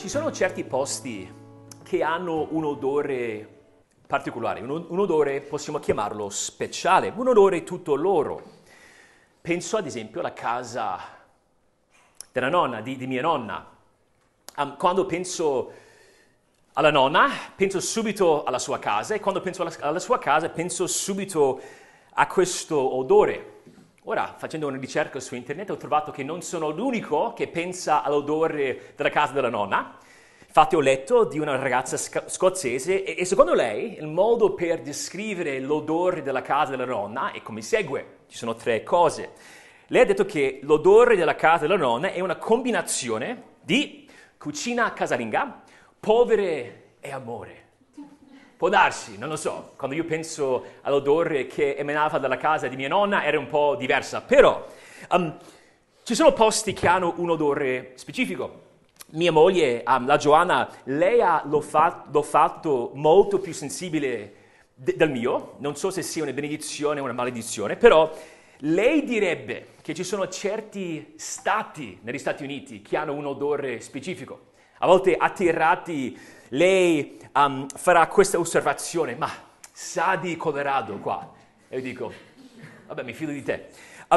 Ci sono certi posti che hanno un odore particolare, un odore possiamo chiamarlo speciale, un odore tutto loro. Penso ad esempio alla casa della nonna, di mia nonna. Quando penso alla nonna, penso subito alla sua casa e quando penso alla sua casa penso subito a questo odore. Ora, facendo una ricerca su internet, ho trovato che non sono l'unico che pensa all'odore della casa della nonna. Infatti ho letto di una ragazza scozzese e secondo lei il modo per descrivere l'odore della casa della nonna è come segue. Ci sono 3 cose. Lei ha detto che l'odore della casa della nonna è una combinazione di cucina casalinga, polvere e amore. Può darsi, non lo so, quando io penso all'odore che emanava dalla casa di mia nonna era un po' diversa, però ci sono posti che hanno un odore specifico. Mia moglie, la Giovanna, lei ha l'olfatto molto più sensibile del mio, non so se sia una benedizione o una maledizione, però lei direbbe che ci sono certi stati negli Stati Uniti che hanno un odore specifico. A volte attirati lei farà questa osservazione, ma sa di Colorado qua. E io dico, vabbè, mi fido di te.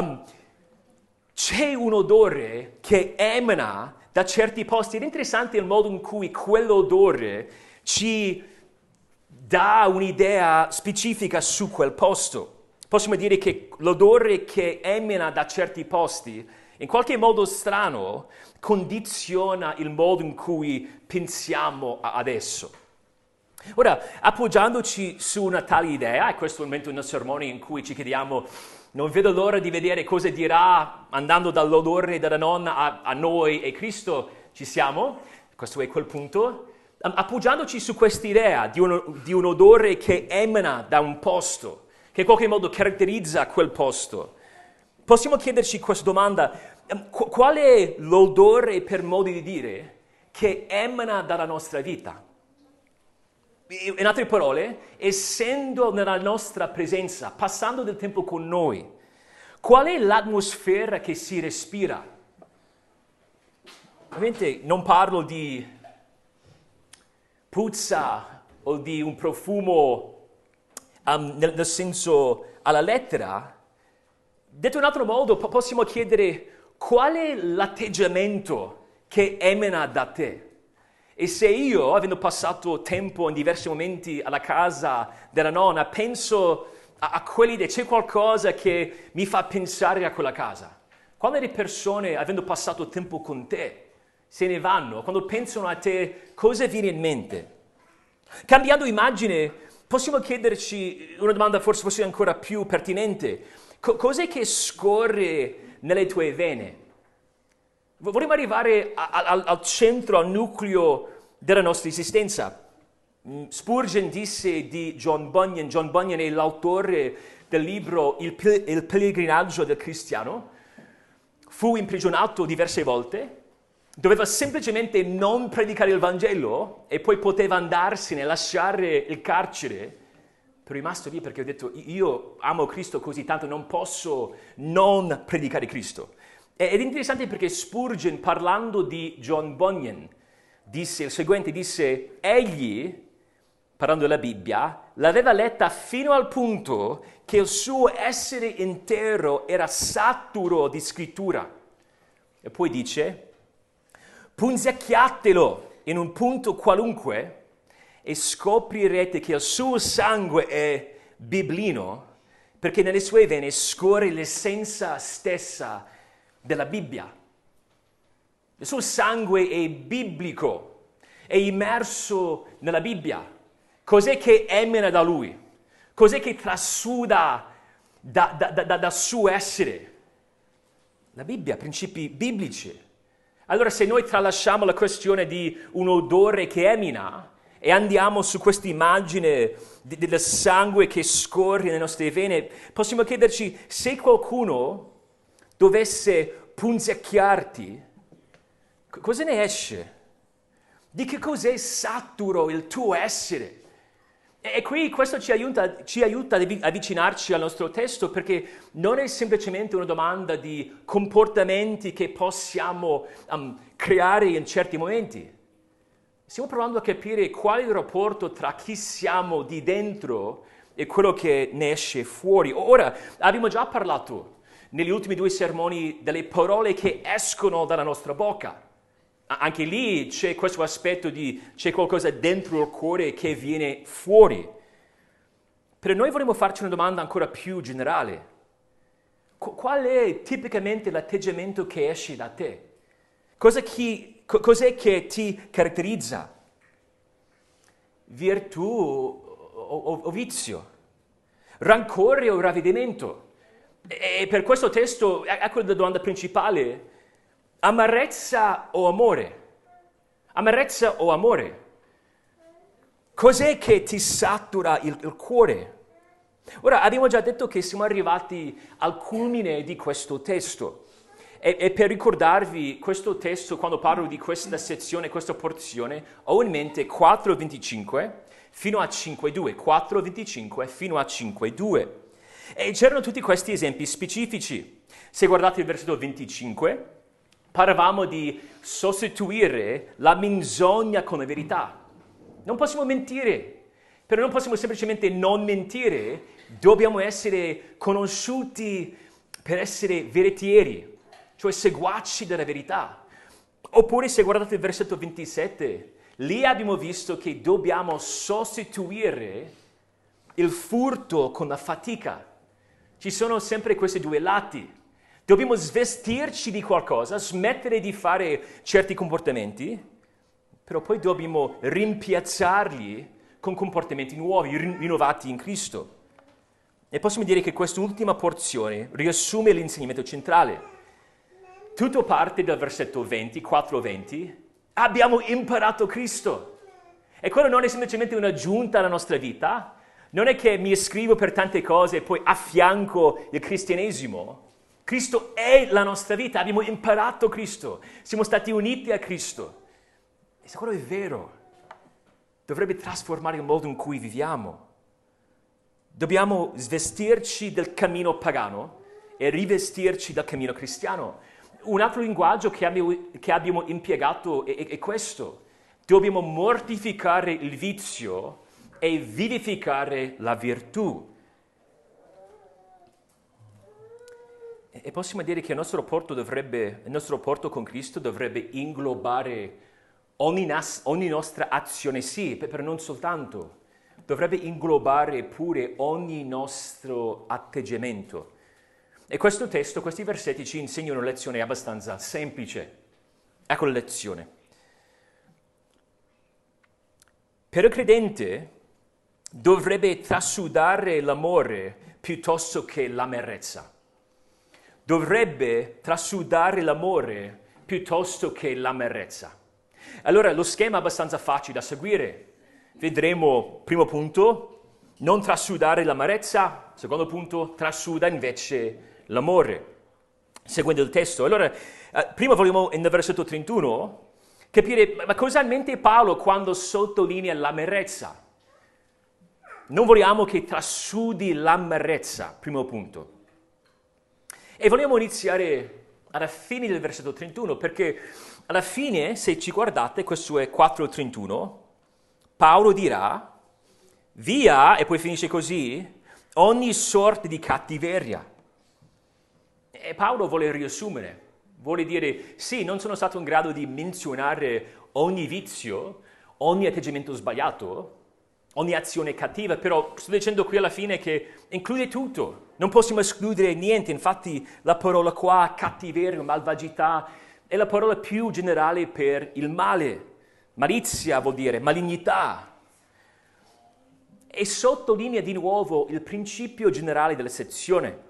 C'è un odore che emana da certi posti ed è interessante il modo in cui quell'odore ci dà un'idea specifica su quel posto. Possiamo dire che l'odore che emana da certi posti in qualche modo strano condiziona il modo in cui pensiamo ad esso. Ora, appoggiandoci su una tale idea, e questo è il momento del sermone in cui ci chiediamo, non vedo l'ora di vedere cosa dirà andando dall'odore della nonna a noi e Cristo, ci siamo? Questo è quel punto. Appoggiandoci su quest'idea di un odore che emana da un posto, che in qualche modo caratterizza quel posto, possiamo chiederci questa domanda: qual è l'odore, per modo di dire, che emana dalla nostra vita? In altre parole, essendo nella nostra presenza, passando del tempo con noi, qual è l'atmosfera che si respira? Ovviamente non parlo di puzza o di un profumo nel senso alla lettera. Detto in altro modo, possiamo chiedere qual è l'atteggiamento che emana da te. E se io, avendo passato tempo in diversi momenti alla casa della nonna, penso a quell'idea, c'è qualcosa che mi fa pensare a quella casa. Quando le persone, avendo passato tempo con te, se ne vanno, quando pensano a te, cosa viene in mente? Cambiando immagine, possiamo chiederci una domanda forse ancora più pertinente. Cos'è che scorre nelle tue vene? Vorremmo arrivare al centro, al nucleo della nostra esistenza. Spurgeon disse di John Bunyan è l'autore del libro Il pellegrinaggio del cristiano, fu imprigionato diverse volte, doveva semplicemente non predicare il Vangelo e poi poteva andarsene, lasciare il carcere. Sono rimasto lì perché ho detto, io amo Cristo così tanto, non posso non predicare Cristo. Ed è interessante perché Spurgeon, parlando di John Bunyan, disse il seguente, egli, parlando della Bibbia, l'aveva letta fino al punto che il suo essere intero era saturo di scrittura. E poi dice, punzecchiatelo in un punto qualunque e scoprirete che il suo sangue è biblino, perché nelle sue vene scorre l'essenza stessa della Bibbia. Il suo sangue è biblico, è immerso nella Bibbia. Cos'è che emana da lui? Cos'è che trasuda dal suo essere? La Bibbia, principi biblici. Allora se noi tralasciamo la questione di un odore che emana e andiamo su questa immagine del sangue che scorre nelle nostre vene, possiamo chiederci se qualcuno dovesse punzecchiarti, cosa ne esce? Di che cos'è saturo il tuo essere? E qui questo ci aiuta ad avvicinarci al nostro testo, perché non è semplicemente una domanda di comportamenti che possiamo creare in certi momenti. Stiamo provando a capire qual è il rapporto tra chi siamo di dentro e quello che ne esce fuori. Ora, abbiamo già parlato negli ultimi 2 sermoni delle parole che escono dalla nostra bocca. Anche lì c'è questo aspetto c'è qualcosa dentro il cuore che viene fuori. Per noi vorremmo farci una domanda ancora più generale. Qual è tipicamente l'atteggiamento che esce da te? Cos'è che ti caratterizza? Virtù o vizio? Rancore o ravvedimento? E per questo testo, ecco la domanda principale. Amarezza o amore? Amarezza o amore? Cos'è che ti satura il cuore? Ora, abbiamo già detto che siamo arrivati al culmine di questo testo. E per ricordarvi questo testo, quando parlo di questa sezione, questa porzione, ho in mente 4:25 fino a 5:2. 4:25 fino a 5:2. E c'erano tutti questi esempi specifici. Se guardate il versetto 25, parlavamo di sostituire la menzogna con la verità. Non possiamo mentire, però non possiamo semplicemente non mentire, dobbiamo essere conosciuti per essere veritieri, cioè seguaci della verità. Oppure se guardate il versetto 27, lì abbiamo visto che dobbiamo sostituire il furto con la fatica. Ci sono sempre questi 2 lati. Dobbiamo svestirci di qualcosa, smettere di fare certi comportamenti, però poi dobbiamo rimpiazzarli con comportamenti nuovi, rinnovati in Cristo. E possiamo dire che quest'ultima porzione riassume l'insegnamento centrale. Tutto parte dal versetto 20, 4:20. Abbiamo imparato Cristo. E quello non è semplicemente un'aggiunta alla nostra vita, non è che mi iscrivo per tante cose e poi affianco il cristianesimo. Cristo è la nostra vita, abbiamo imparato Cristo, siamo stati uniti a Cristo. E se quello è vero, dovrebbe trasformare il modo in cui viviamo. Dobbiamo svestirci del cammino pagano e rivestirci del cammino cristiano. Un altro linguaggio che abbiamo impiegato è questo. Dobbiamo mortificare il vizio e vivificare la virtù. E possiamo dire che il nostro rapporto con Cristo dovrebbe inglobare ogni nostra azione, sì, però non soltanto. Dovrebbe inglobare pure ogni nostro atteggiamento. E questo testo, questi versetti ci insegnano una lezione abbastanza semplice. Ecco la lezione. Per il credente dovrebbe trasudare l'amore piuttosto che l'amarezza. Dovrebbe trasudare l'amore piuttosto che l'amarezza. Allora lo schema è abbastanza facile da seguire. Vedremo, primo punto, non trasudare l'amarezza. Secondo punto, trasuda invece l'amore. Seguendo il testo. Allora, prima vogliamo, nel versetto 31, capire ma cosa ha in mente Paolo quando sottolinea l'amarezza. Non vogliamo che trasudi l'amarezza, primo punto. E vogliamo iniziare alla fine del versetto 31, perché alla fine, se ci guardate, questo è 4:31, Paolo dirà, via, e poi finisce così, ogni sorta di cattiveria. E Paolo vuole riassumere, vuole dire, sì, non sono stato in grado di menzionare ogni vizio, ogni atteggiamento sbagliato, ogni azione cattiva, però sto dicendo qui alla fine che include tutto. Non possiamo escludere niente, infatti la parola qua, cattiveria, malvagità, è la parola più generale per il male. Malizia vuol dire malignità. E sottolinea di nuovo il principio generale della sezione.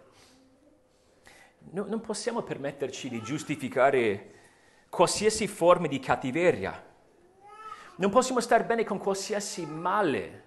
Non possiamo permetterci di giustificare qualsiasi forma di cattiveria. Non possiamo stare bene con qualsiasi male.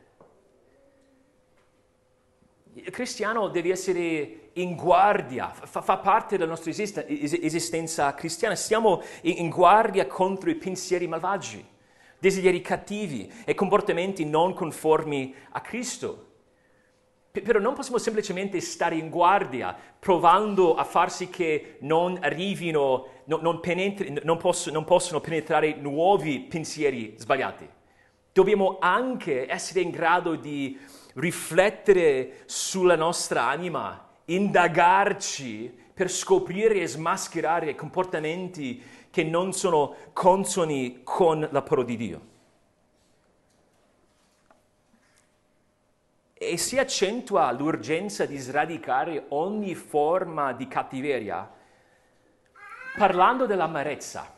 Il cristiano deve essere in guardia, fa parte della nostra esistenza cristiana. Siamo in guardia contro i pensieri malvagi, desideri cattivi e comportamenti non conformi a Cristo. Però non possiamo semplicemente stare in guardia, provando a far sì che non arrivino, non possono penetrare nuovi pensieri sbagliati. Dobbiamo anche essere in grado di riflettere sulla nostra anima, indagarci per scoprire e smascherare comportamenti che non sono consoni con la parola di Dio. E si accentua l'urgenza di sradicare ogni forma di cattiveria, parlando dell'amarezza.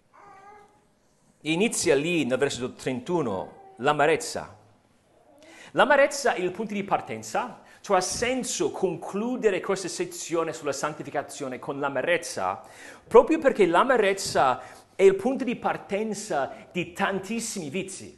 Inizia lì nel versetto 31, l'amarezza. L'amarezza è il punto di partenza, cioè ha senso concludere questa sezione sulla santificazione con l'amarezza, proprio perché l'amarezza è il punto di partenza di tantissimi vizi.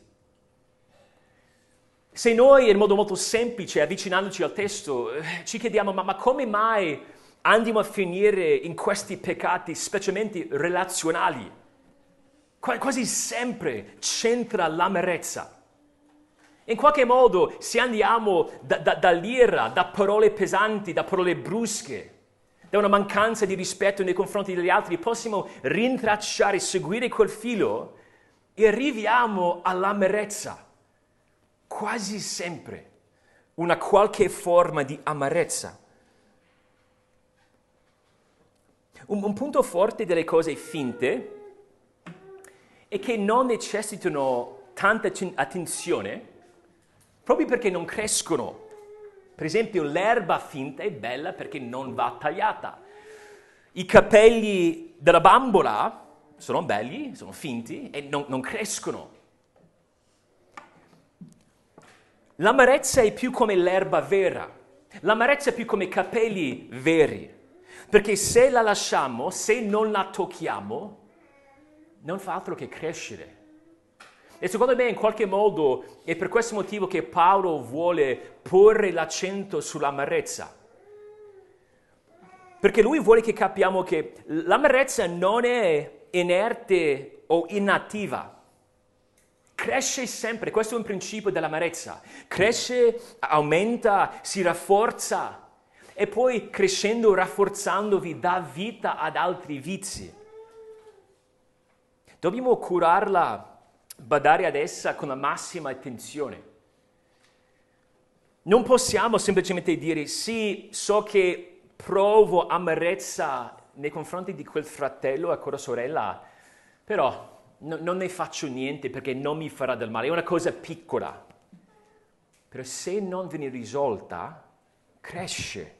Se noi, in modo molto semplice, avvicinandoci al testo, ci chiediamo ma come mai andiamo a finire in questi peccati, specialmente relazionali? Quasi sempre c'entra l'amarezza. In qualche modo, se andiamo dall'ira, da parole pesanti, da parole brusche, da una mancanza di rispetto nei confronti degli altri, possiamo rintracciare, seguire quel filo e arriviamo all'amarezza. Quasi sempre una qualche forma di amarezza. Un punto forte delle cose finte è che non necessitano tanta attenzione proprio perché non crescono. Per esempio, l'erba finta è bella perché non va tagliata. I capelli della bambola sono belli, sono finti e non crescono. L'amarezza è più come l'erba vera, l'amarezza è più come i capelli veri, perché se la lasciamo, se non la tocchiamo, non fa altro che crescere. E secondo me in qualche modo è per questo motivo che Paolo vuole porre l'accento sull'amarezza. Perché lui vuole che capiamo che l'amarezza non è inerte o inattiva. Cresce sempre, questo è un principio dell'amarezza. Cresce, aumenta, si rafforza e poi crescendo, rafforzandovi, dà vita ad altri vizi. Dobbiamo curarla, badare ad essa con la massima attenzione. Non possiamo semplicemente dire sì, so che provo amarezza nei confronti di quel fratello o quella sorella, però non ne faccio niente perché non mi farà del male, è una cosa piccola. Però se non viene risolta, cresce.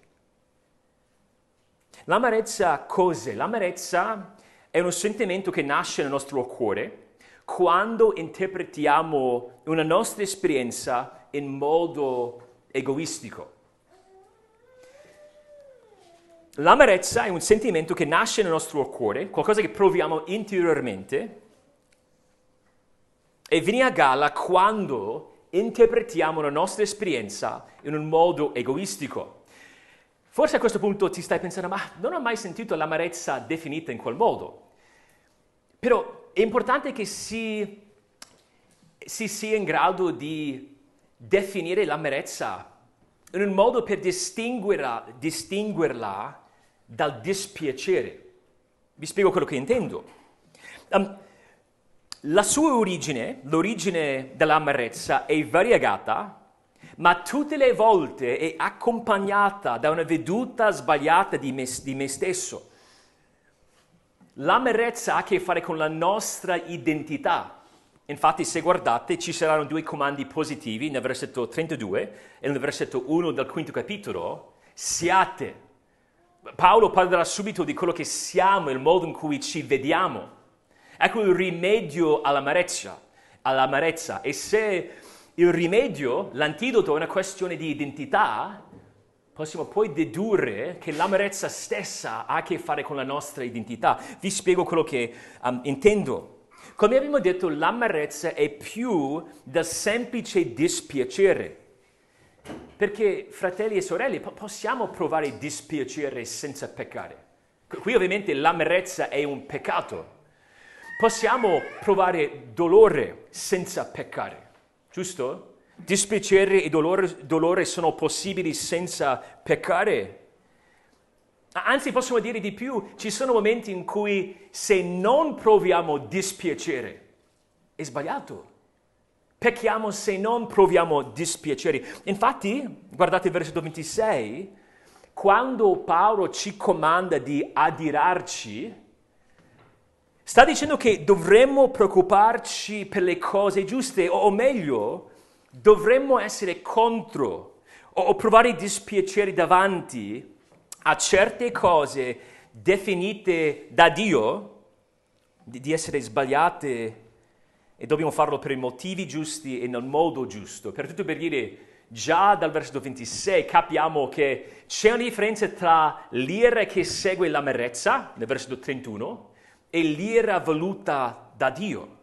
L'amarezza cos'è? L'amarezza è un sentimento che nasce nel nostro cuore quando interpretiamo una nostra esperienza in modo egoistico. L'amarezza è un sentimento che nasce nel nostro cuore, qualcosa che proviamo interiormente, e viene a galla quando interpretiamo la nostra esperienza in un modo egoistico. Forse a questo punto ti stai pensando, ma non ho mai sentito l'amarezza definita in quel modo. Però è importante che si sia in grado di definire l'amarezza in un modo per distinguerla dal dispiacere. Vi spiego quello che intendo. La sua origine, l'origine dell'amarezza, è variegata, ma tutte le volte è accompagnata da una veduta sbagliata di me stesso. L'amarezza ha a che fare con la nostra identità. Infatti, se guardate, ci saranno due comandi positivi nel versetto 32 e nel versetto 1 del quinto capitolo. Siate. Paolo parlerà subito di quello che siamo, il modo in cui ci vediamo. Ecco il rimedio all'amarezza. E se il rimedio, l'antidoto, è una questione di identità, possiamo poi dedurre che l'amarezza stessa ha a che fare con la nostra identità. Vi spiego quello che intendo. Come abbiamo detto, l'amarezza è più del semplice dispiacere. Perché, fratelli e sorelle, possiamo provare dispiacere senza peccare. Qui ovviamente l'amarezza è un peccato. Possiamo provare dolore senza peccare, giusto? Dispiacere e dolore sono possibili senza peccare. Anzi, possiamo dire di più, ci sono momenti in cui se non proviamo dispiacere, è sbagliato. Pecchiamo se non proviamo dispiacere. Infatti, guardate il versetto 26, quando Paolo ci comanda di adirarci, sta dicendo che dovremmo preoccuparci per le cose giuste, o meglio, dovremmo essere contro o provare dispiacere davanti a certe cose definite da Dio di essere sbagliate, e dobbiamo farlo per i motivi giusti e nel modo giusto. Per tutto per dire, già dal versetto 26 capiamo che c'è una differenza tra l'ira che segue l'amarezza, nel versetto 31, e l'ira voluta da Dio.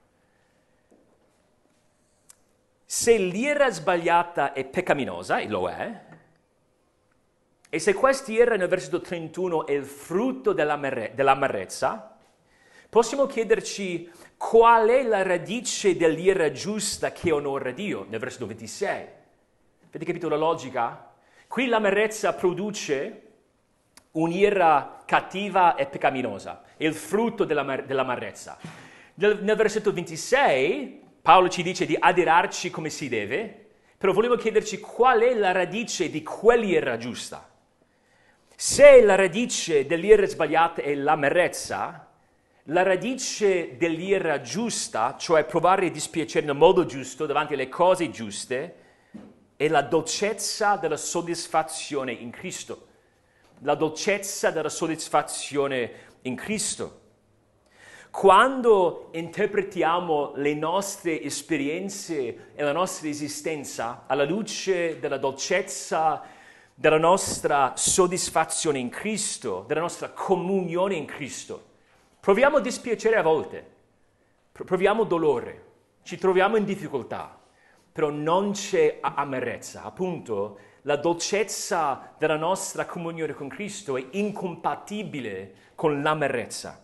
Se l'ira sbagliata è peccaminosa, e lo è, e se quest'ira nel versetto 31 è il frutto dell'amarezza, possiamo chiederci qual è la radice dell'ira giusta che onora Dio, nel versetto 26. Avete capito la logica? Qui l'amarezza produce un'ira cattiva e peccaminosa, è il frutto dell'amarezza. Nel versetto 26 Paolo ci dice di adirarci come si deve, però volevo chiederci qual è la radice di quell'ira giusta. Se la radice dell'ira sbagliata è l'amarezza, la radice dell'ira giusta, cioè provare dispiacere nel modo giusto davanti alle cose giuste, è la dolcezza della soddisfazione in Cristo. La dolcezza della soddisfazione in Cristo. Quando interpretiamo le nostre esperienze e la nostra esistenza alla luce della dolcezza della nostra soddisfazione in Cristo, della nostra comunione in Cristo, proviamo dispiacere a volte, proviamo dolore, ci troviamo in difficoltà, però non c'è amarezza. Appunto, la dolcezza della nostra comunione con Cristo è incompatibile con l'amarezza.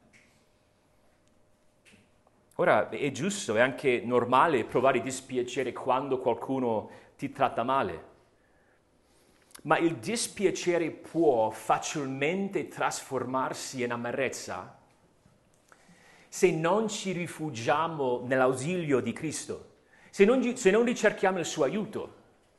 Ora, è giusto, è anche normale provare dispiacere quando qualcuno ti tratta male, ma il dispiacere può facilmente trasformarsi in amarezza se non ci rifugiamo nell'ausilio di Cristo, se non ricerchiamo il suo aiuto.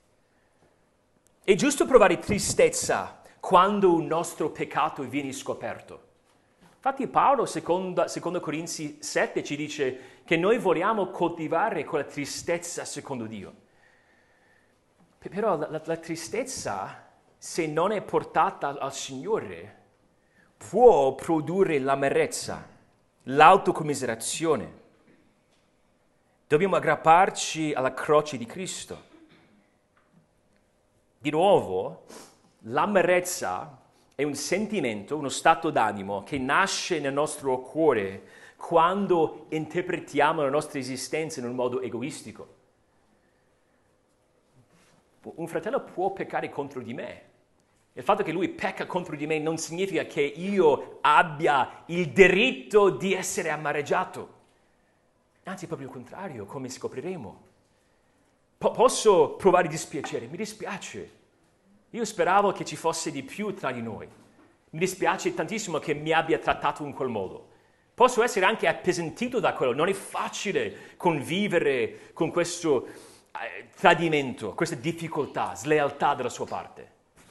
È giusto provare tristezza quando un nostro peccato viene scoperto. Infatti Paolo, secondo Corinzi 7, ci dice che noi vogliamo coltivare quella tristezza secondo Dio. Però la tristezza, se non è portata al Signore, può produrre l'amarezza, l'autocommiserazione. Dobbiamo aggrapparci alla croce di Cristo. Di nuovo, l'amarezza è un sentimento, uno stato d'animo che nasce nel nostro cuore quando interpretiamo la nostra esistenza in un modo egoistico. Un fratello può peccare contro di me. Il fatto che lui pecca contro di me non significa che io abbia il diritto di essere amareggiato. Anzi, proprio il contrario, come scopriremo. Posso provare dispiacere, mi dispiace. Io speravo che ci fosse di più tra di noi. Mi dispiace tantissimo che mi abbia trattato in quel modo. Posso essere anche appesantito da quello. Non è facile convivere con questo tradimento, questa difficoltà, slealtà dalla sua parte.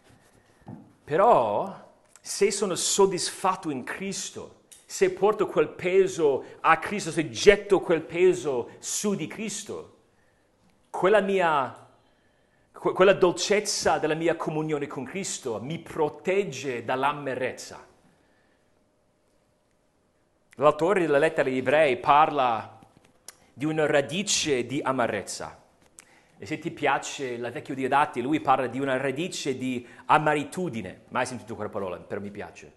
Però, se sono soddisfatto in Cristo, se porto quel peso a Cristo, se getto quel peso su di Cristo, quella dolcezza della mia comunione con Cristo mi protegge dall'amarezza. L'autore della lettera agli Ebrei parla di una radice di amarezza. E se ti piace il vecchio Diodati, lui parla di una radice di amaritudine. Mai sentito quella parola, però mi piace.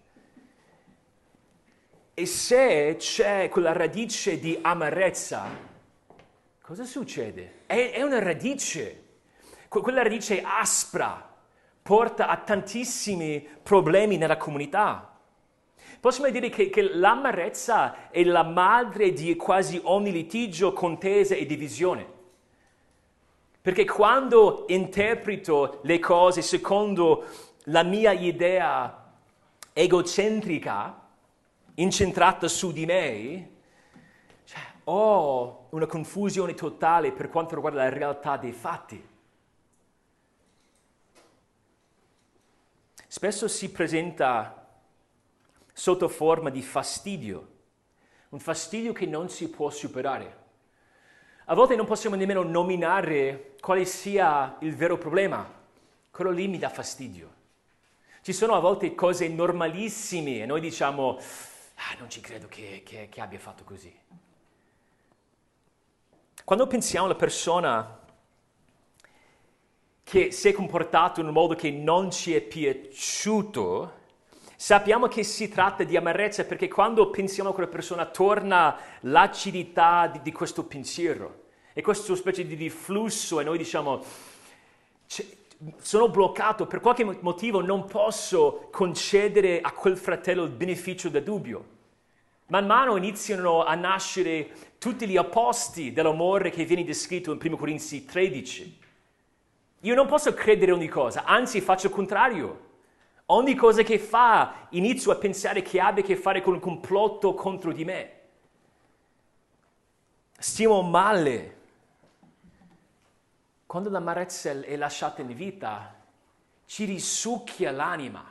E se c'è quella radice di amarezza, cosa succede? È una radice. Quella radice aspra porta a tantissimi problemi nella comunità. Possiamo dire che l'amarezza è la madre di quasi ogni litigio, contesa e divisione. Perché quando interpreto le cose secondo la mia idea egocentrica, incentrata su di me, ho una confusione totale per quanto riguarda la realtà dei fatti. Spesso si presenta sotto forma di fastidio, un fastidio che non si può superare. A volte non possiamo nemmeno nominare quale sia il vero problema. Quello lì mi dà fastidio. Ci sono a volte cose normalissime e noi diciamo, non ci credo che abbia fatto così. Quando pensiamo alla persona che si è comportato in un modo che non ci è piaciuto, sappiamo che si tratta di amarezza, perché quando pensiamo a quella persona torna l'acidità di questo pensiero e questo specie di riflusso e noi diciamo sono bloccato, per qualche motivo non posso concedere a quel fratello il beneficio del dubbio. Man mano iniziano a nascere tutti gli opposti dell'amore che viene descritto in 1 Corinzi 13. Io non posso credere ogni cosa, anzi faccio il contrario. Ogni cosa che fa inizio a pensare che abbia a che fare con un complotto contro di me. Stiamo male. Quando l'amarezza è lasciata in vita, ci risucchia l'anima.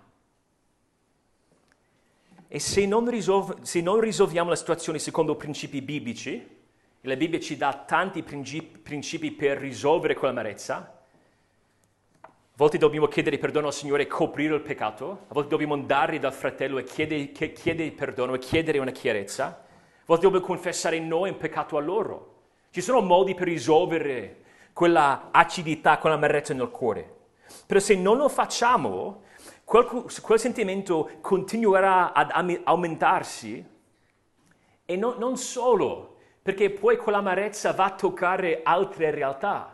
E se non risolviamo la situazione secondo principi biblici, e la Bibbia ci dà tanti principi per risolvere quell'amarezza, a volte dobbiamo chiedere perdono al Signore e coprire il peccato, a volte dobbiamo andare dal fratello e chiedere perdono e chiedere una chiarezza, a volte dobbiamo confessare noi un peccato a loro. Ci sono modi per risolvere quella acidità, quella amarezza nel cuore. Però se non lo facciamo, quel sentimento continuerà ad aumentarsi e non solo, perché poi quell'amarezza va a toccare altre realtà.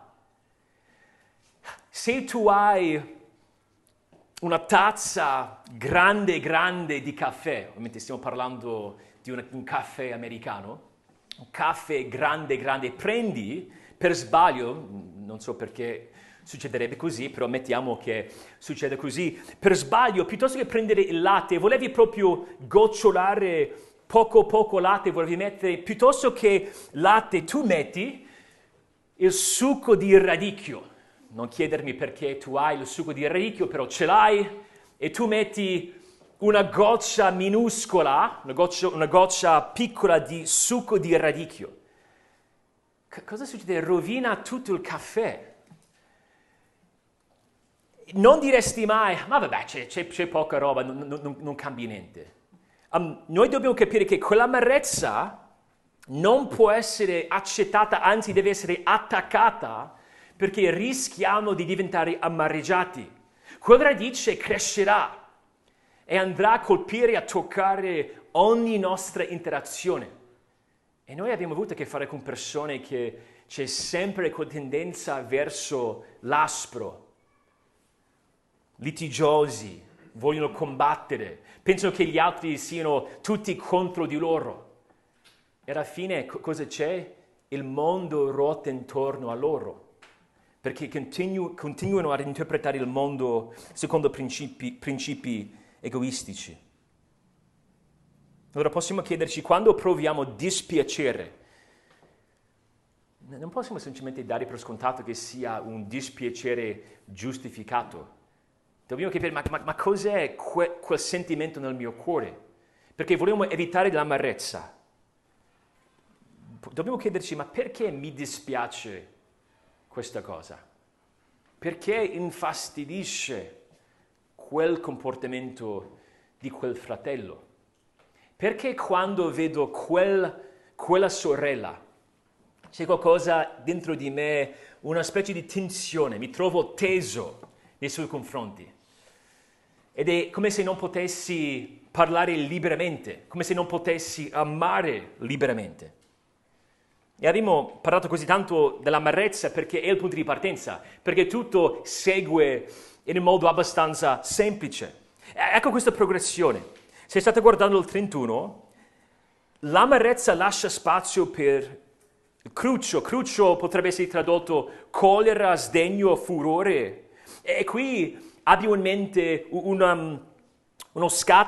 Se tu hai una tazza grande di caffè, ovviamente stiamo parlando di un caffè americano, un caffè grande, prendi per sbaglio, non so perché succederebbe così, però mettiamo che succeda così, per sbaglio, piuttosto che prendere il latte, volevi proprio gocciolare poco latte, volevi mettere, piuttosto che latte, tu metti il succo di radicchio. Non chiedermi perché tu hai il succo di radicchio, però ce l'hai, e tu metti una goccia minuscola, una goccia piccola di succo di radicchio. Cosa succede? Rovina tutto il caffè. Non diresti mai, ma vabbè, c'è poca roba, non cambia niente. Noi dobbiamo capire che quell'amarezza non può essere accettata, anzi deve essere attaccata, perché rischiamo di diventare amareggiati. Quella radice crescerà e andrà a colpire, a toccare ogni nostra interazione. E noi abbiamo avuto a che fare con persone che c'è sempre quella tendenza verso l'aspro, litigiosi, vogliono combattere, pensano che gli altri siano tutti contro di loro. E alla fine cosa c'è? Il mondo ruota intorno a loro, perché continuano ad interpretare il mondo secondo principi egoistici. Allora possiamo chiederci, quando proviamo dispiacere, non possiamo semplicemente dare per scontato che sia un dispiacere giustificato. Dobbiamo capire, ma cos'è quel sentimento nel mio cuore? Perché vogliamo evitare l'amarezza. Dobbiamo chiederci, ma perché mi dispiace questa cosa? Perché infastidisce quel comportamento di quel fratello? Perché quando vedo quella sorella c'è qualcosa dentro di me, una specie di tensione, mi trovo teso nei suoi confronti? Ed è come se non potessi parlare liberamente, come se non potessi amare liberamente. E abbiamo parlato così tanto dell'amarezza perché è il punto di partenza, perché tutto segue in un modo abbastanza semplice. Ecco questa progressione. Se state guardando il 31, l'amarezza lascia spazio per Cruccio potrebbe essere tradotto collera, sdegno, furore. E qui abbiamo in mente uno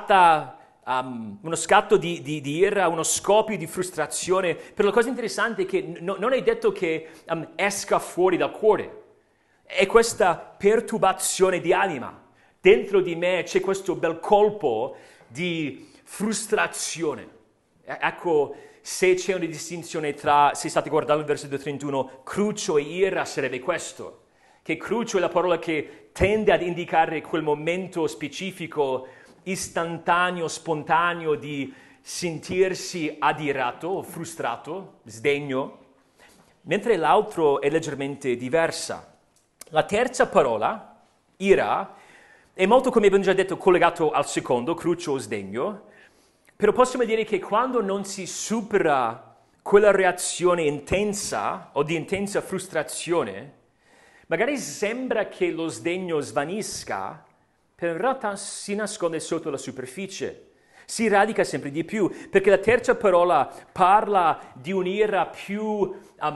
scatto di ira, uno scoppio di frustrazione. Però la cosa interessante è che non è detto che esca fuori dal cuore. È questa perturbazione di anima. Dentro di me c'è questo bel colpo di frustrazione. Ecco, se c'è una distinzione tra, se state guardando il versetto 31, cruccio e ira sarebbe questo. Che cruccio è la parola che tende ad indicare quel momento specifico, istantaneo, spontaneo di sentirsi adirato, frustrato, sdegno, mentre l'altro è leggermente diversa. La terza parola, ira, è molto, come abbiamo già detto, collegato al secondo, cruccio o sdegno, però possiamo dire che quando non si supera quella reazione intensa o di intensa frustrazione, magari sembra che lo sdegno svanisca, però in realtà si nasconde sotto la superficie, si radica sempre di più, perché la terza parola parla di un'ira più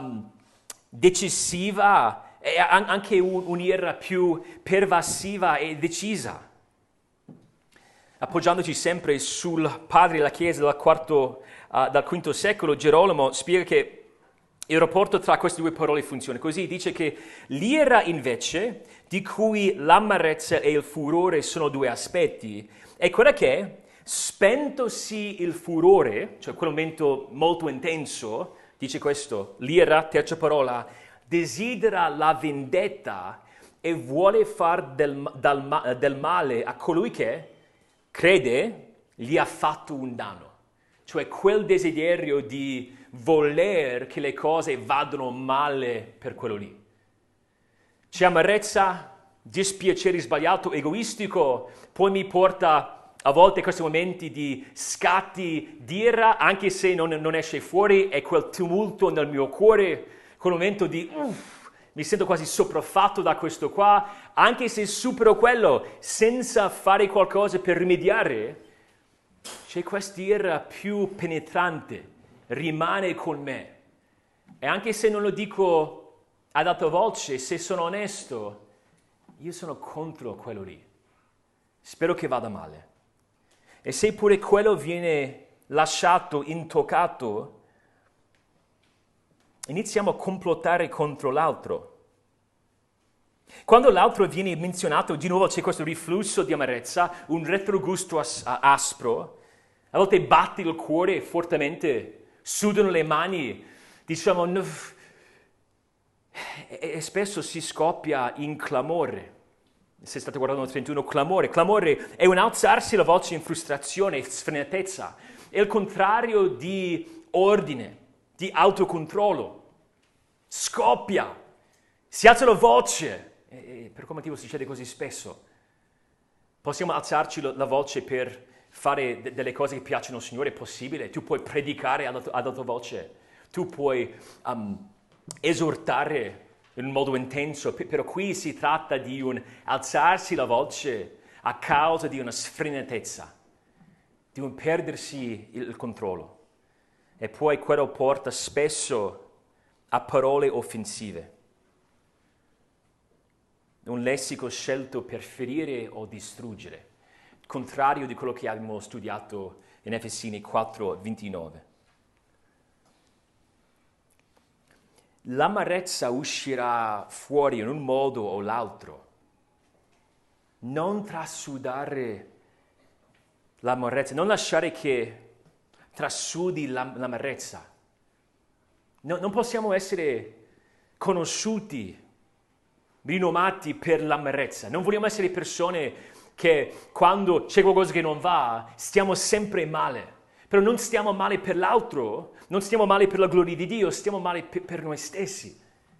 decisiva e anche un'ira più pervasiva e decisa. Appoggiandoci sempre sul padre della Chiesa dal V secolo, Gerolamo spiega che il rapporto tra queste due parole funziona così. Dice che l'ira invece, di cui l'amarezza e il furore sono due aspetti, è quella che, spentosi il furore, cioè quel momento molto intenso, dice questo, l'ira, terza parola, desidera la vendetta e vuole far del male a colui che crede gli ha fatto un danno. Cioè quel desiderio di voler che le cose vadano male per quello lì. C'è amarezza, dispiacere sbagliato, egoistico, poi mi porta a volte a questi momenti di scatti di ira, anche se non esce fuori, è quel tumulto nel mio cuore, quel momento di mi sento quasi sopraffatto da questo qua, anche se supero quello senza fare qualcosa per rimediare, c'è quest'ira più penetrante, rimane con me. E anche se non lo dico ad alta voce, se sono onesto, io sono contro quello lì. Spero che vada male. E se pure quello viene lasciato intoccato, iniziamo a complottare contro l'altro. Quando l'altro viene menzionato, di nuovo c'è questo riflusso di amarezza, un retrogusto aspro, a volte batti il cuore fortemente, sudano le mani, diciamo, e spesso si scoppia in clamore. Se state guardando il 31, clamore. Clamore è un alzarsi la voce in frustrazione, sfrenatezza. È il contrario di ordine, di autocontrollo. Scoppia, si alza la voce. E per quale motivo succede così spesso? Possiamo alzarci la voce per fare delle cose che piacciono al Signore? È possibile. Tu puoi predicare ad alta voce. Tu puoi esortare in un modo intenso. Però qui si tratta di un alzarsi la voce a causa di una sfrenatezza, di un perdersi il controllo. E poi quello porta spesso a parole offensive. Un lessico scelto per ferire o distruggere, contrario di quello che abbiamo studiato in Efesini 4:29. L'amarezza uscirà fuori in un modo o l'altro. Non trasudare l'amarezza, non lasciare che trasudi l'amarezza. Non possiamo essere conosciuti, rinomati per l'amarezza. Non vogliamo essere persone che quando c'è qualcosa che non va, stiamo sempre male. Però non stiamo male per l'altro, non stiamo male per la gloria di Dio, stiamo male per noi stessi.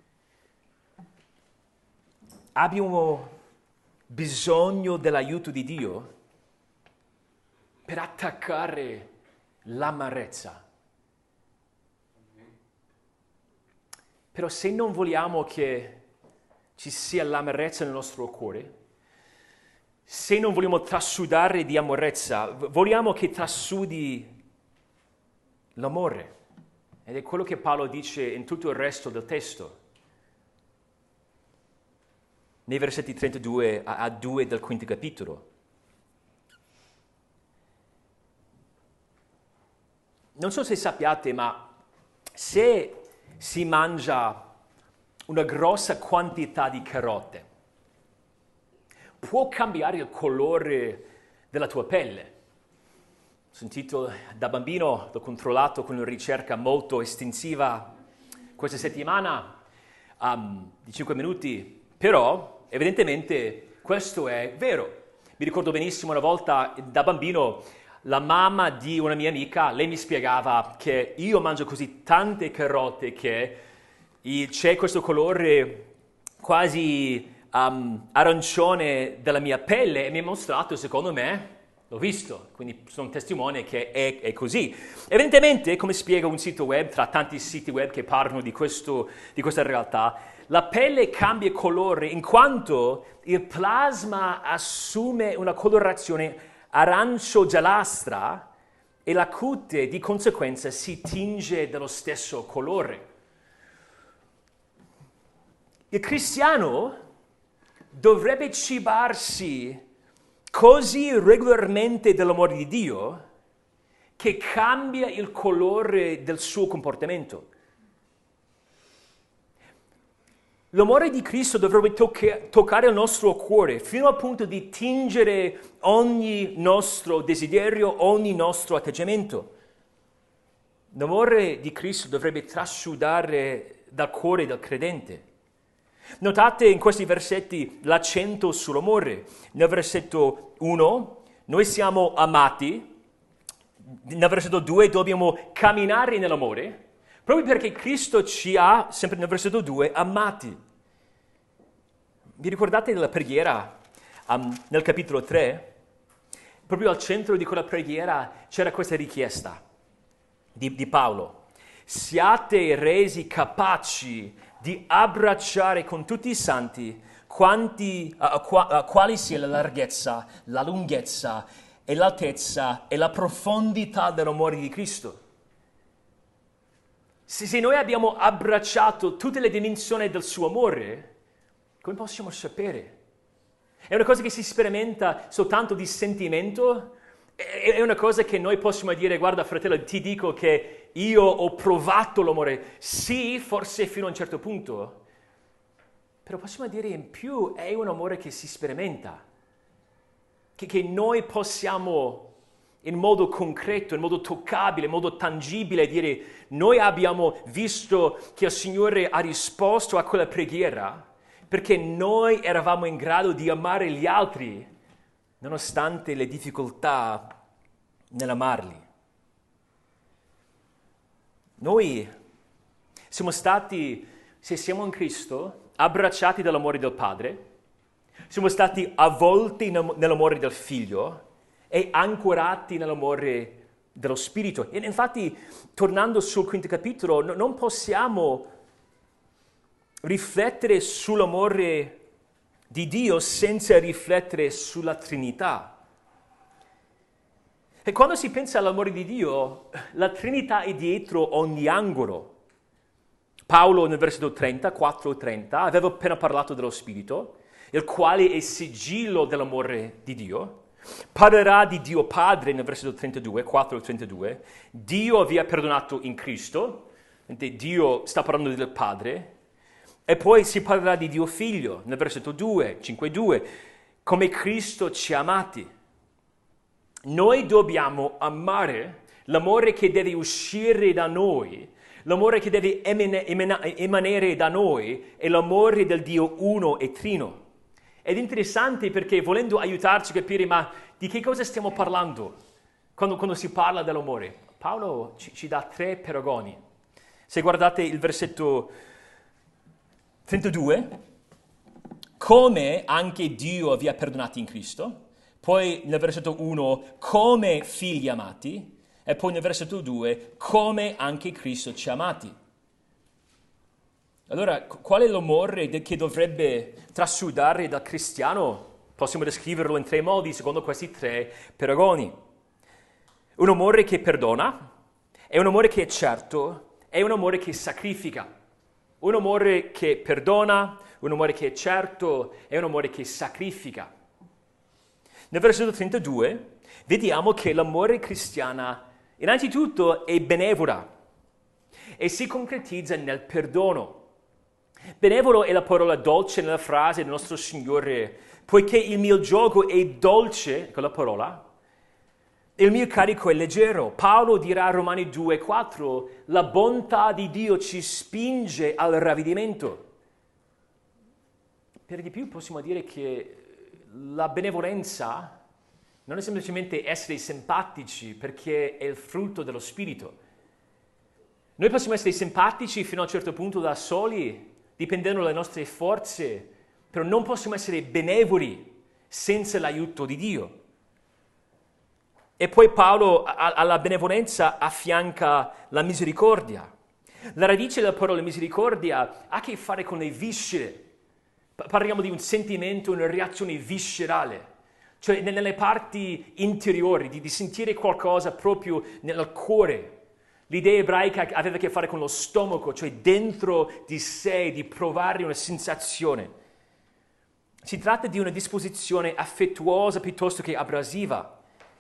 Abbiamo bisogno dell'aiuto di Dio per attaccare l'amarezza. Però se non vogliamo che ci sia l'amarezza nel nostro cuore, se non vogliamo trasudare di amarezza, vogliamo che trasudi l'amore. Ed è quello che Paolo dice in tutto il resto del testo. Nei versetti 32 a 2 del quinto capitolo. Non so se sappiate, ma se si mangia una grossa quantità di carote, può cambiare il colore della tua pelle. Ho sentito da bambino, l'ho controllato con una ricerca molto estensiva questa settimana, di 5 minuti, però evidentemente questo è vero. Mi ricordo benissimo una volta da bambino la mamma di una mia amica, lei mi spiegava che io mangio così tante carote che c'è questo colore quasi arancione della mia pelle e mi ha mostrato, secondo me, l'ho visto, quindi sono un testimone che è così. Evidentemente, come spiega un sito web, tra tanti siti web che parlano di questa realtà, la pelle cambia colore in quanto il plasma assume una colorazione arancio-giallastra e la cute di conseguenza si tinge dello stesso colore. Il cristiano dovrebbe cibarsi così regolarmente dell'amore di Dio che cambia il colore del suo comportamento. L'amore di Cristo dovrebbe toccare il nostro cuore fino al punto di tingere ogni nostro desiderio, ogni nostro atteggiamento. L'amore di Cristo dovrebbe trasudare dal cuore del credente. Notate in questi versetti l'accento sull'amore. Nel versetto 1 noi siamo amati, nel versetto 2 dobbiamo camminare nell'amore, proprio perché Cristo ci ha, sempre nel versetto 2, amati. Vi ricordate della preghiera nel capitolo 3? Proprio al centro di quella preghiera c'era questa richiesta di Paolo. Siate resi capaci di abbracciare con tutti i santi quali sia la larghezza, la lunghezza e l'altezza e la profondità dell'amore di Cristo. Se noi abbiamo abbracciato tutte le dimensioni del suo amore, come possiamo sapere? È una cosa che si sperimenta soltanto di sentimento? È una cosa che noi possiamo dire, guarda fratello, ti dico che io ho provato l'amore. Sì, forse fino a un certo punto. Però possiamo dire in più, è un amore che si sperimenta. Che noi possiamo in modo concreto, in modo toccabile, in modo tangibile dire, noi abbiamo visto che il Signore ha risposto a quella preghiera perché noi eravamo in grado di amare gli altri nonostante le difficoltà nell'amarli. Noi siamo stati, se siamo in Cristo, abbracciati dall'amore del Padre, siamo stati avvolti nell'amore del Figlio e ancorati nell'amore dello Spirito. E infatti, tornando sul quinto capitolo, non possiamo riflettere sull'amore di Dio senza riflettere sulla Trinità. E quando si pensa all'amore di Dio, la Trinità è dietro ogni angolo. Paolo nel versetto 30, 4-30, aveva appena parlato dello Spirito, il quale è sigillo dell'amore di Dio. Parlerà di Dio Padre nel versetto 32, 4-32. Dio vi ha perdonato in Cristo, Dio sta parlando del Padre. E poi si parlerà di Dio Figlio, nel versetto 2, 5-2, come Cristo ci ha amati. Noi dobbiamo amare l'amore che deve uscire da noi, l'amore che deve emanare da noi, è l'amore del Dio uno e trino. Ed è interessante perché volendo aiutarci a capire, ma di che cosa stiamo parlando quando si parla dell'amore? Paolo ci dà 3 paragoni. Se guardate il versetto 32, come anche Dio vi ha perdonati in Cristo, poi nel versetto 1, come figli amati, e poi nel versetto 2, come anche Cristo ci ha amati. Allora, qual è l'amore che dovrebbe trasudare dal cristiano? Possiamo descriverlo in 3 modi, secondo questi 3 paragoni. Un amore che perdona, è un amore che è certo, è un amore che sacrifica, un amore che perdona, un amore che è certo, è un amore che sacrifica. Nel versetto 32 vediamo che l'amore cristiano innanzitutto è benevola e si concretizza nel perdono. Benevolo è la parola dolce nella frase del nostro Signore, poiché il mio giogo è dolce, quella parola, e il mio carico è leggero. Paolo dirà a Romani 2,4, la bontà di Dio ci spinge al ravvedimento. Per di più possiamo dire che la benevolenza non è semplicemente essere simpatici, perché è il frutto dello Spirito. Noi possiamo essere simpatici fino a un certo punto da soli, dipendendo dalle nostre forze, però non possiamo essere benevoli senza l'aiuto di Dio. E poi Paolo alla benevolenza affianca la misericordia. La radice della parola misericordia ha a che fare con le viscere. Parliamo di un sentimento, una reazione viscerale, cioè nelle parti interiori, di sentire qualcosa proprio nel cuore. L'idea ebraica aveva a che fare con lo stomaco, cioè dentro di sé, di provare una sensazione. Si tratta di una disposizione affettuosa piuttosto che abrasiva,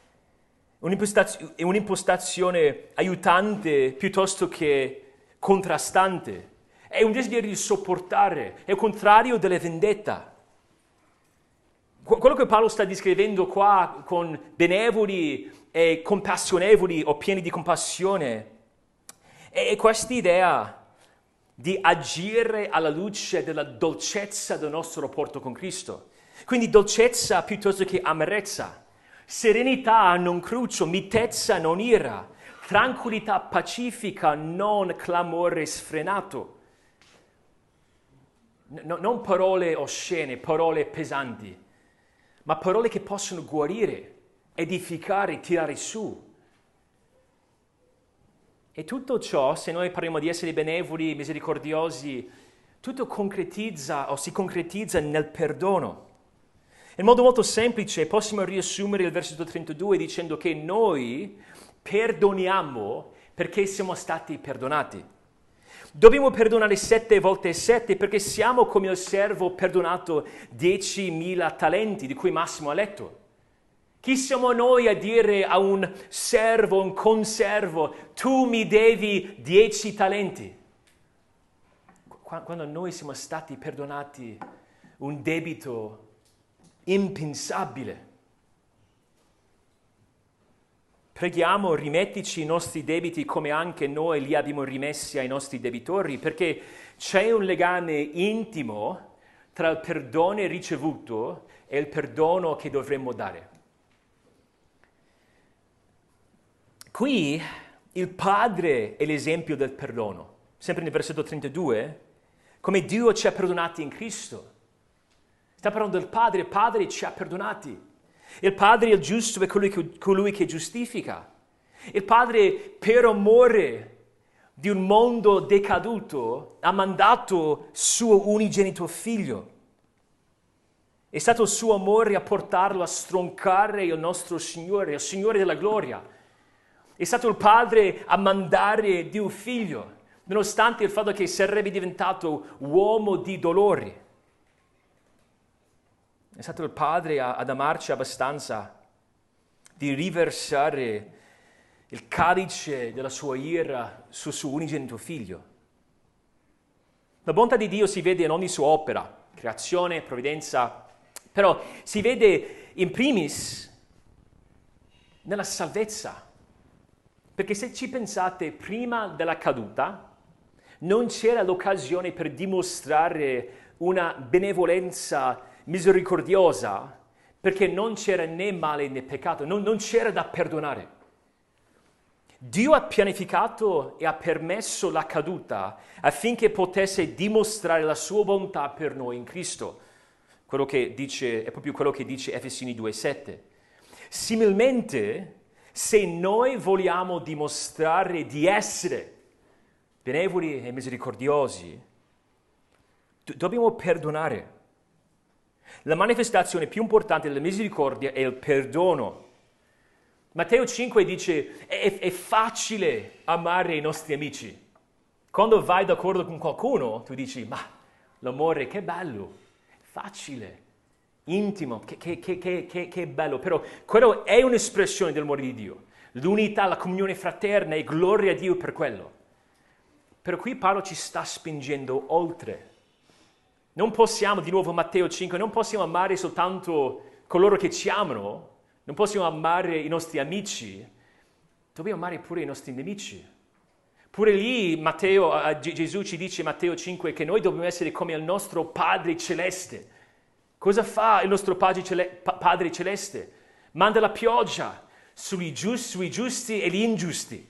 un'impostazione aiutante piuttosto che contrastante. È un desiderio di sopportare, è il contrario della vendetta. Quello che Paolo sta descrivendo qua con benevoli e compassionevoli o pieni di compassione è questa idea di agire alla luce della dolcezza del nostro rapporto con Cristo. Quindi dolcezza piuttosto che amarezza, serenità non cruccio, mitezza non ira, tranquillità pacifica non clamore sfrenato. Non parole oscene, parole pesanti, ma parole che possono guarire, edificare, tirare su. E tutto ciò, se noi parliamo di essere benevoli, misericordiosi, tutto concretizza o si concretizza nel perdono. In modo molto semplice possiamo riassumere il versetto 32 dicendo che noi perdoniamo perché siamo stati perdonati. Dobbiamo perdonare 7 volte 7 perché siamo come il servo perdonato 10.000 talenti, di cui Massimo ha letto. Chi siamo noi a dire a un servo, un conservo, tu mi devi 10 talenti? Quando noi siamo stati perdonati un debito impensabile. Preghiamo, rimettici i nostri debiti come anche noi li abbiamo rimessi ai nostri debitori, perché c'è un legame intimo tra il perdono ricevuto e il perdono che dovremmo dare. Qui il Padre è l'esempio del perdono, sempre nel versetto 32, come Dio ci ha perdonati in Cristo. Sta parlando del Padre, il Padre ci ha perdonati. Il Padre è il giusto, è colui che giustifica. Il Padre, per amore di un mondo decaduto, ha mandato suo unigenito figlio. È stato il suo amore a portarlo a stroncare il nostro Signore, il Signore della gloria. È stato il Padre a mandare Dio figlio, nonostante il fatto che sarebbe diventato uomo di dolori. È stato il Padre ad amarci abbastanza di riversare il calice della sua ira sul suo unigenito figlio. La bontà di Dio si vede in ogni sua opera, creazione, provvidenza, però si vede in primis nella salvezza. Perché se ci pensate, prima della caduta non c'era l'occasione per dimostrare una benevolenza misericordiosa, perché non c'era né male né peccato, non c'era da perdonare. Dio ha pianificato e ha permesso la caduta affinché potesse dimostrare la sua bontà per noi in Cristo. Quello che dice, è proprio quello che dice Efesini 2,7. Similmente, se noi vogliamo dimostrare di essere benevoli e misericordiosi, dobbiamo perdonare. La manifestazione più importante della misericordia è il perdono. Matteo 5 dice, è facile amare i nostri amici. Quando vai d'accordo con qualcuno, tu dici, ma l'amore che bello, facile, intimo, che bello. Però quello è un'espressione dell'amore di Dio. L'unità, la comunione fraterna e gloria a Dio per quello. Però qui Paolo ci sta spingendo oltre. Non possiamo, di nuovo Matteo 5, non possiamo amare soltanto coloro che ci amano, non possiamo amare i nostri amici, dobbiamo amare pure i nostri nemici. Pure lì Gesù ci dice in Matteo 5 che noi dobbiamo essere come il nostro Padre Celeste. Cosa fa il nostro Padre Celeste? Manda la pioggia sui giusti e gli ingiusti.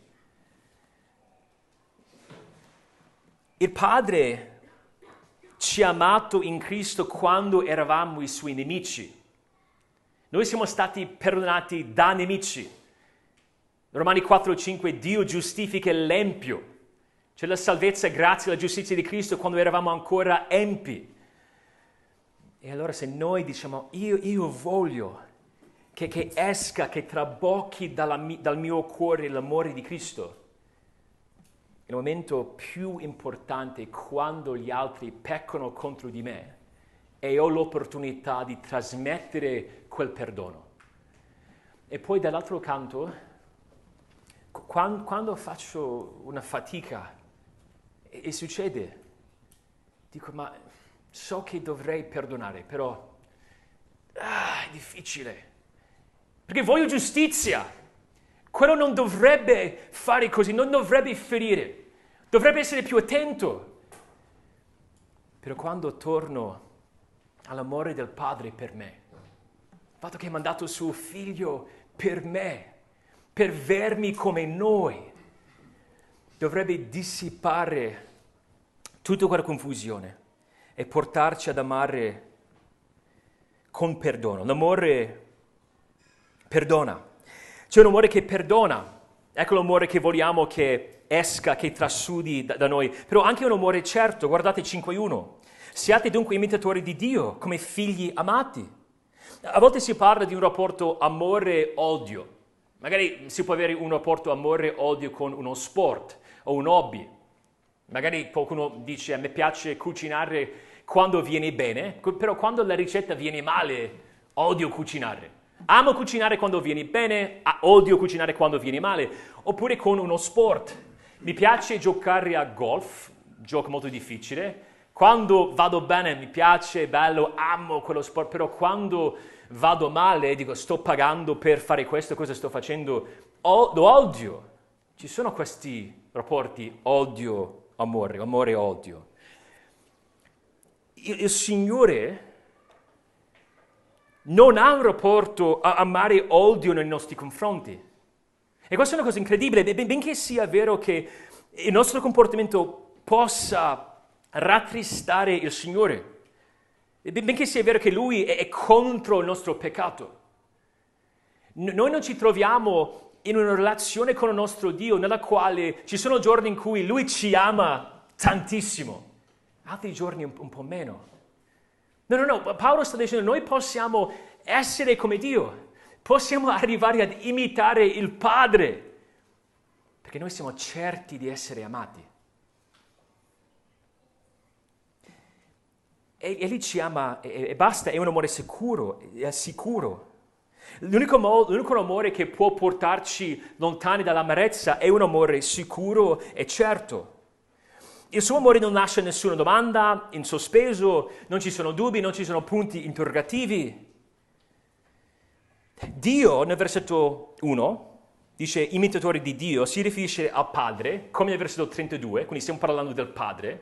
Il Padre ci ha amato in Cristo quando eravamo i suoi nemici. Noi siamo stati perdonati da nemici. Romani 4:5, Dio giustifica l'empio. C'è la salvezza grazie alla giustizia di Cristo quando eravamo ancora empi. E allora se noi diciamo, io voglio che esca, che trabocchi dal mio cuore l'amore di Cristo, il momento più importante è quando gli altri peccano contro di me e ho l'opportunità di trasmettere quel perdono. E poi dall'altro canto, quando faccio una fatica e succede, dico, ma so che dovrei perdonare, però è difficile, perché voglio giustizia. Quello non dovrebbe fare così, non dovrebbe ferire, dovrebbe essere più attento. Però quando torno all'amore del Padre per me, il fatto che ha mandato suo figlio per me, per vermi come noi, dovrebbe dissipare tutta quella confusione e portarci ad amare con perdono. L'amore perdona. C'è un amore che perdona. Ecco l'amore che vogliamo che esca, che trasudi da noi. Però anche un amore certo. Guardate 5:1. Siate dunque imitatori di Dio, come figli amati. A volte si parla di un rapporto amore-odio. Magari si può avere un rapporto amore-odio con uno sport o un hobby. Magari qualcuno dice, a me piace cucinare quando viene bene, però quando la ricetta viene male, odio cucinare. Amo cucinare quando viene bene, odio cucinare quando viene male. Oppure con uno sport. Mi piace giocare a golf, gioco molto difficile. Quando vado bene mi piace, è bello, amo quello sport, però quando vado male dico sto pagando per fare questo, cosa sto facendo? Lo odio. Ci sono questi rapporti odio-amore, amore-odio. Il Signore non ha un rapporto amare-odio nei nostri confronti. E questa è una cosa incredibile, benché sia vero che il nostro comportamento possa rattristare il Signore, benché sia vero che Lui è contro il nostro peccato. Noi non ci troviamo in una relazione con il nostro Dio nella quale ci sono giorni in cui Lui ci ama tantissimo, altri giorni un po' meno. No, Paolo sta dicendo noi possiamo essere come Dio, possiamo arrivare ad imitare il Padre, perché noi siamo certi di essere amati. E Egli ci ama e basta, è un amore sicuro, è sicuro. L'unico amore che può portarci lontani dall'amarezza è un amore sicuro e certo. Il suo amore non lascia nessuna domanda in sospeso, non ci sono dubbi, non ci sono punti interrogativi. Dio, nel versetto 1, dice imitatori di Dio, si riferisce al Padre, come nel versetto 32, quindi stiamo parlando del Padre.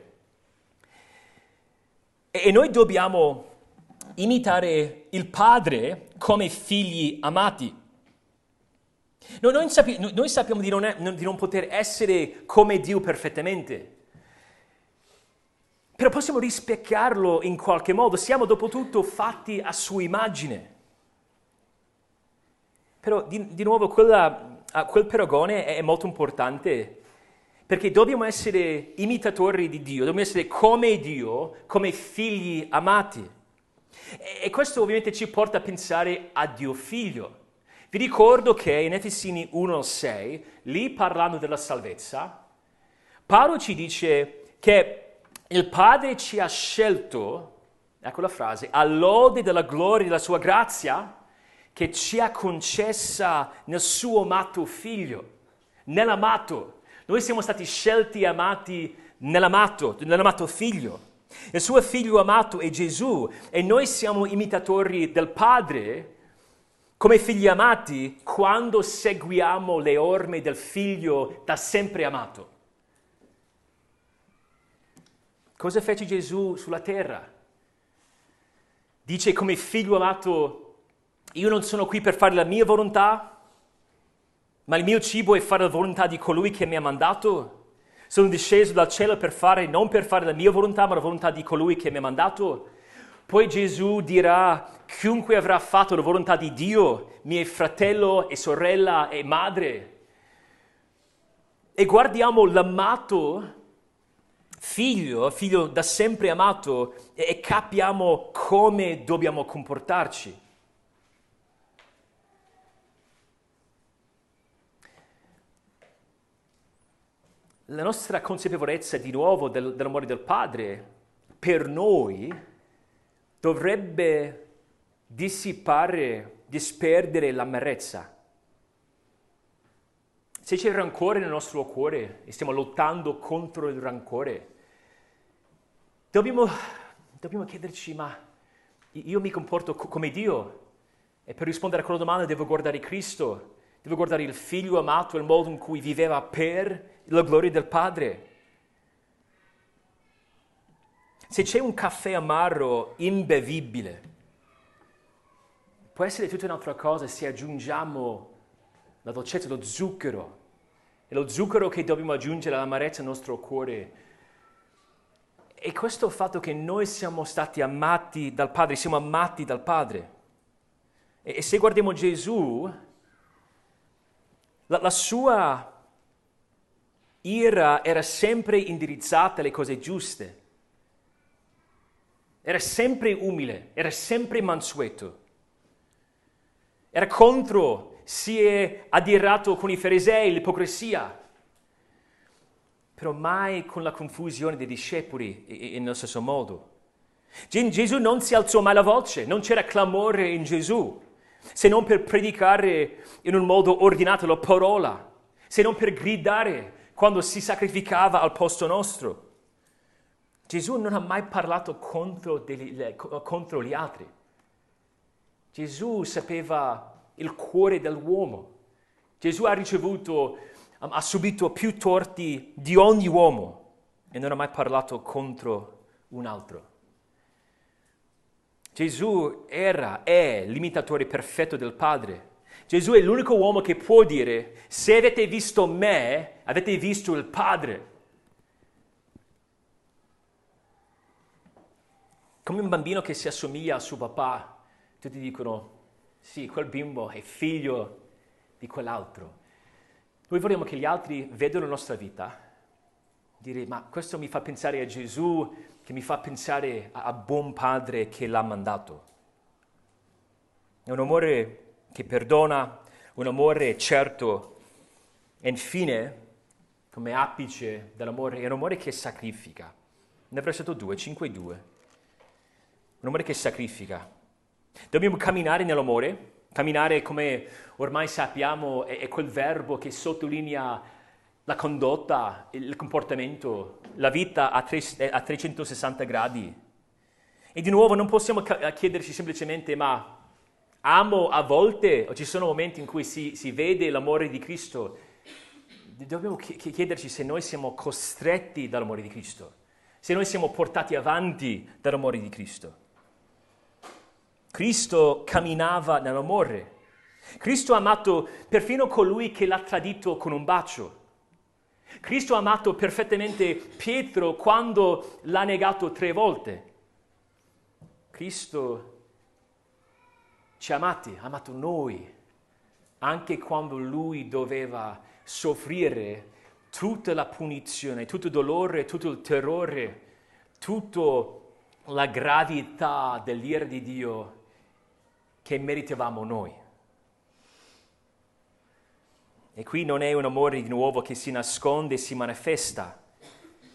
E noi dobbiamo imitare il Padre come figli amati. Noi sappiamo di non poter essere come Dio perfettamente, però possiamo rispecchiarlo in qualche modo. Siamo dopo tutto fatti a sua immagine. Però di nuovo quel paragone è molto importante, perché dobbiamo essere imitatori di Dio, dobbiamo essere come Dio, come figli amati. E questo ovviamente ci porta a pensare a Dio Figlio. Vi ricordo che in Efesini 1:6, lì parlando della salvezza, Paolo ci dice che il Padre ci ha scelto, ecco la frase, all'ode della gloria della sua grazia, che ci ha concessa nel suo amato Figlio, nell'amato. Noi siamo stati scelti e amati nell'amato Figlio. Il suo Figlio amato è Gesù e noi siamo imitatori del Padre come figli amati quando seguiamo le orme del Figlio da sempre amato. Cosa fece Gesù sulla terra? Dice come figlio amato, io non sono qui per fare la mia volontà, ma il mio cibo è fare la volontà di colui che mi ha mandato. Sono disceso dal cielo non per fare la mia volontà, ma la volontà di colui che mi ha mandato. Poi Gesù dirà, chiunque avrà fatto la volontà di Dio, mio fratello e sorella e madre. E guardiamo l'amato figlio da sempre amato, e capiamo come dobbiamo comportarci. La nostra consapevolezza di nuovo dell'amore del Padre per noi dovrebbe disperdere l'amarezza. Se c'è rancore nel nostro cuore e stiamo lottando contro il rancore, dobbiamo chiederci, ma io mi comporto come Dio? E per rispondere a quella domanda devo guardare Cristo, devo guardare il Figlio amato, il modo in cui viveva per la gloria del Padre. Se c'è un caffè amaro imbevibile, può essere tutta un'altra cosa se aggiungiamo la dolcezza, lo zucchero. E lo zucchero che dobbiamo aggiungere all'amarezza nel nostro cuore. E questo fatto che noi siamo stati amati dal Padre, siamo amati dal Padre. E se guardiamo Gesù, la sua ira era sempre indirizzata alle cose giuste. Era sempre umile, era sempre mansueto. Era contro, si è adirato con i farisei, l'ipocrisia. Però mai con la confusione dei discepoli nello stesso modo. Gesù non si alzò mai la voce, non c'era clamore in Gesù, se non per predicare in un modo ordinato la parola, se non per gridare quando si sacrificava al posto nostro. Gesù non ha mai parlato contro gli altri. Gesù sapeva il cuore dell'uomo. Gesù ha subito più torti di ogni uomo e non ha mai parlato contro un altro. Gesù è l'imitatore perfetto del Padre. Gesù è l'unico uomo che può dire, se avete visto me, avete visto il Padre. Come un bambino che si assomiglia al suo papà, tutti dicono, sì, quel bimbo è figlio di quell'altro. Noi vogliamo che gli altri vedano la nostra vita, dire, ma questo mi fa pensare a Gesù, che mi fa pensare a buon padre che l'ha mandato. È un amore che perdona, un amore certo, e infine, come apice dell'amore, è un amore che sacrifica. Nel versetto 2, 5:2, un amore che sacrifica. Dobbiamo camminare nell'amore. Camminare, come ormai sappiamo, è quel verbo che sottolinea la condotta, il comportamento, la vita a 360 gradi. E di nuovo non possiamo chiederci semplicemente, ma amo a volte, o ci sono momenti in cui si vede l'amore di Cristo. Dobbiamo chiederci se noi siamo costretti dall'amore di Cristo, se noi siamo portati avanti dall'amore di Cristo. Cristo camminava nell'amore. Cristo ha amato perfino colui che l'ha tradito con un bacio. Cristo ha amato perfettamente Pietro quando l'ha negato 3 volte. Cristo ci ha amato noi, anche quando Lui doveva soffrire tutta la punizione, tutto il dolore, tutto il terrore, tutta la gravità dell'ira di Dio che meritavamo noi. E qui non è un amore di nuovo che si nasconde e si manifesta,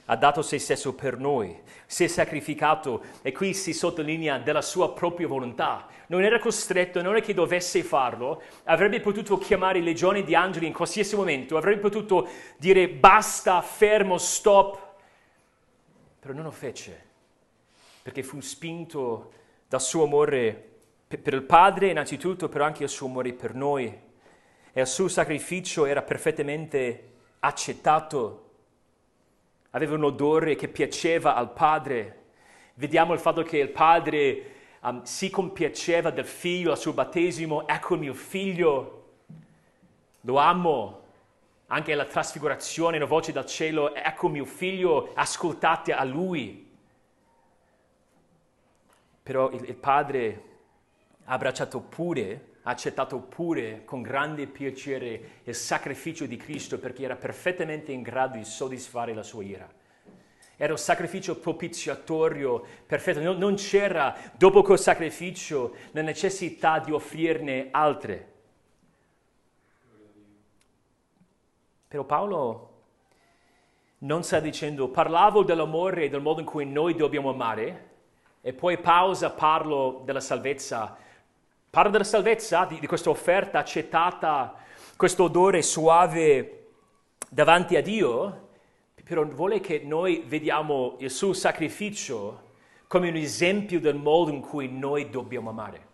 ha dato se stesso per noi, si è sacrificato e qui si sottolinea della sua propria volontà. Non era costretto, non è che dovesse farlo, avrebbe potuto chiamare legioni di angeli in qualsiasi momento, avrebbe potuto dire basta, fermo, stop, però non lo fece, perché fu spinto dal suo amore per il Padre innanzitutto, però anche il suo amore per noi, e il suo sacrificio era perfettamente accettato. Aveva un odore che piaceva al Padre. Vediamo il fatto che il Padre si compiaceva del Figlio al suo battesimo. Ecco il mio Figlio, lo amo. Anche alla trasfigurazione, una voce dal cielo, ecco il mio Figlio, ascoltate a Lui. Però il Padre ha accettato pure con grande piacere il sacrificio di Cristo perché era perfettamente in grado di soddisfare la sua ira. Era un sacrificio propiziatorio perfetto, non c'era dopo quel sacrificio la necessità di offrirne altre. Però Paolo non sta dicendo parlavo dell'amore e del modo in cui noi dobbiamo amare e poi pausa, parlo della salvezza. Parlo della salvezza, di questa offerta accettata, questo odore suave davanti a Dio, però vuole che noi vediamo il suo sacrificio come un esempio del modo in cui noi dobbiamo amare.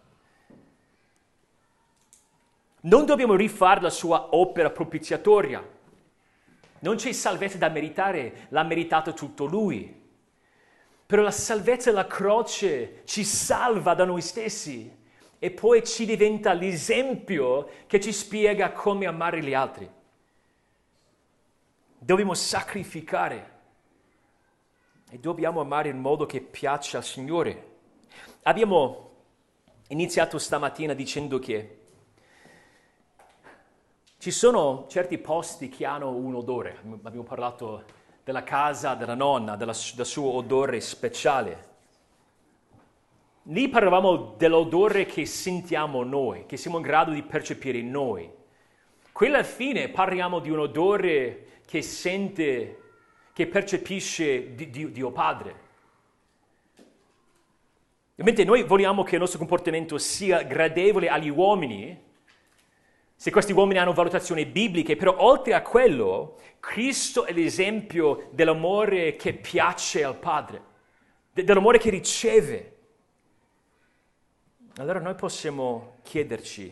Non dobbiamo rifare la sua opera propiziatoria. Non c'è salvezza da meritare, l'ha meritato tutto Lui. Però la salvezza della croce ci salva da noi stessi. E poi ci diventa l'esempio che ci spiega come amare gli altri. Dobbiamo sacrificare e dobbiamo amare in modo che piaccia al Signore. Abbiamo iniziato stamattina dicendo che ci sono certi posti che hanno un odore. Abbiamo parlato della casa della nonna, del suo odore speciale. Lì parlavamo dell'odore che sentiamo noi, che siamo in grado di percepire noi. Qui alla fine parliamo di un odore che sente, che percepisce Dio Padre. Ovviamente noi vogliamo che il nostro comportamento sia gradevole agli uomini, se questi uomini hanno valutazioni bibliche, però oltre a quello, Cristo è l'esempio dell'amore che piace al Padre, dell'amore che riceve. Allora noi possiamo chiederci,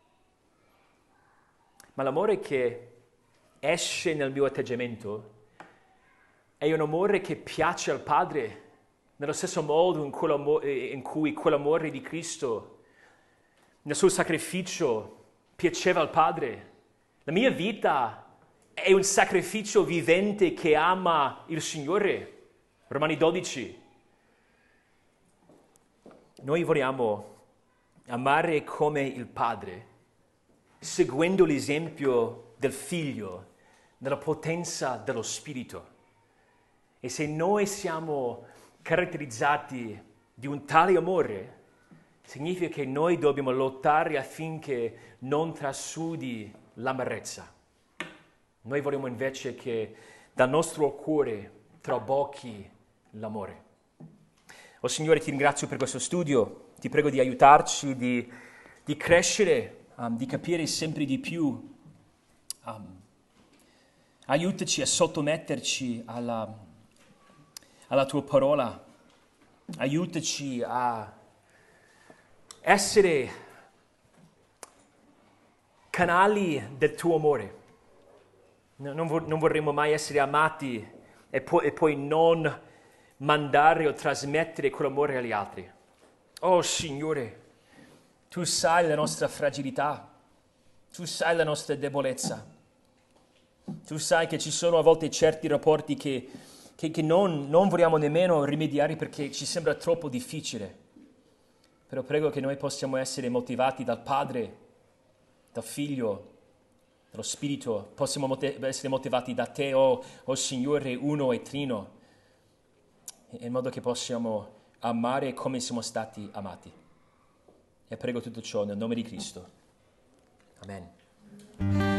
ma l'amore che esce nel mio atteggiamento è un amore che piace al Padre nello stesso modo in cui quell'amore di Cristo, nel suo sacrificio, piaceva al Padre? La mia vita è un sacrificio vivente che ama il Signore. Romani 12. Noi vogliamo amare come il Padre, seguendo l'esempio del Figlio, nella potenza dello Spirito. E se noi siamo caratterizzati di un tale amore, significa che noi dobbiamo lottare affinché non trasudi l'amarezza. Noi vogliamo invece che dal nostro cuore trabocchi l'amore. Oh Signore, ti ringrazio per questo studio. Ti prego di aiutarci, di crescere, di capire sempre di più. Aiutaci a sottometterci alla tua parola. Aiutaci a essere canali del tuo amore. Non vorremmo mai essere amati e poi non mandare o trasmettere quell'amore agli altri. Oh Signore, tu sai la nostra fragilità, tu sai la nostra debolezza, tu sai che ci sono a volte certi rapporti che non vogliamo nemmeno rimediare perché ci sembra troppo difficile. Però prego che noi possiamo essere motivati dal Padre, dal Figlio, dallo Spirito, possiamo essere motivati da Te, oh Signore, uno e trino, in modo che possiamo amare come siamo stati amati. E prego tutto ciò nel nome di Cristo. Amen.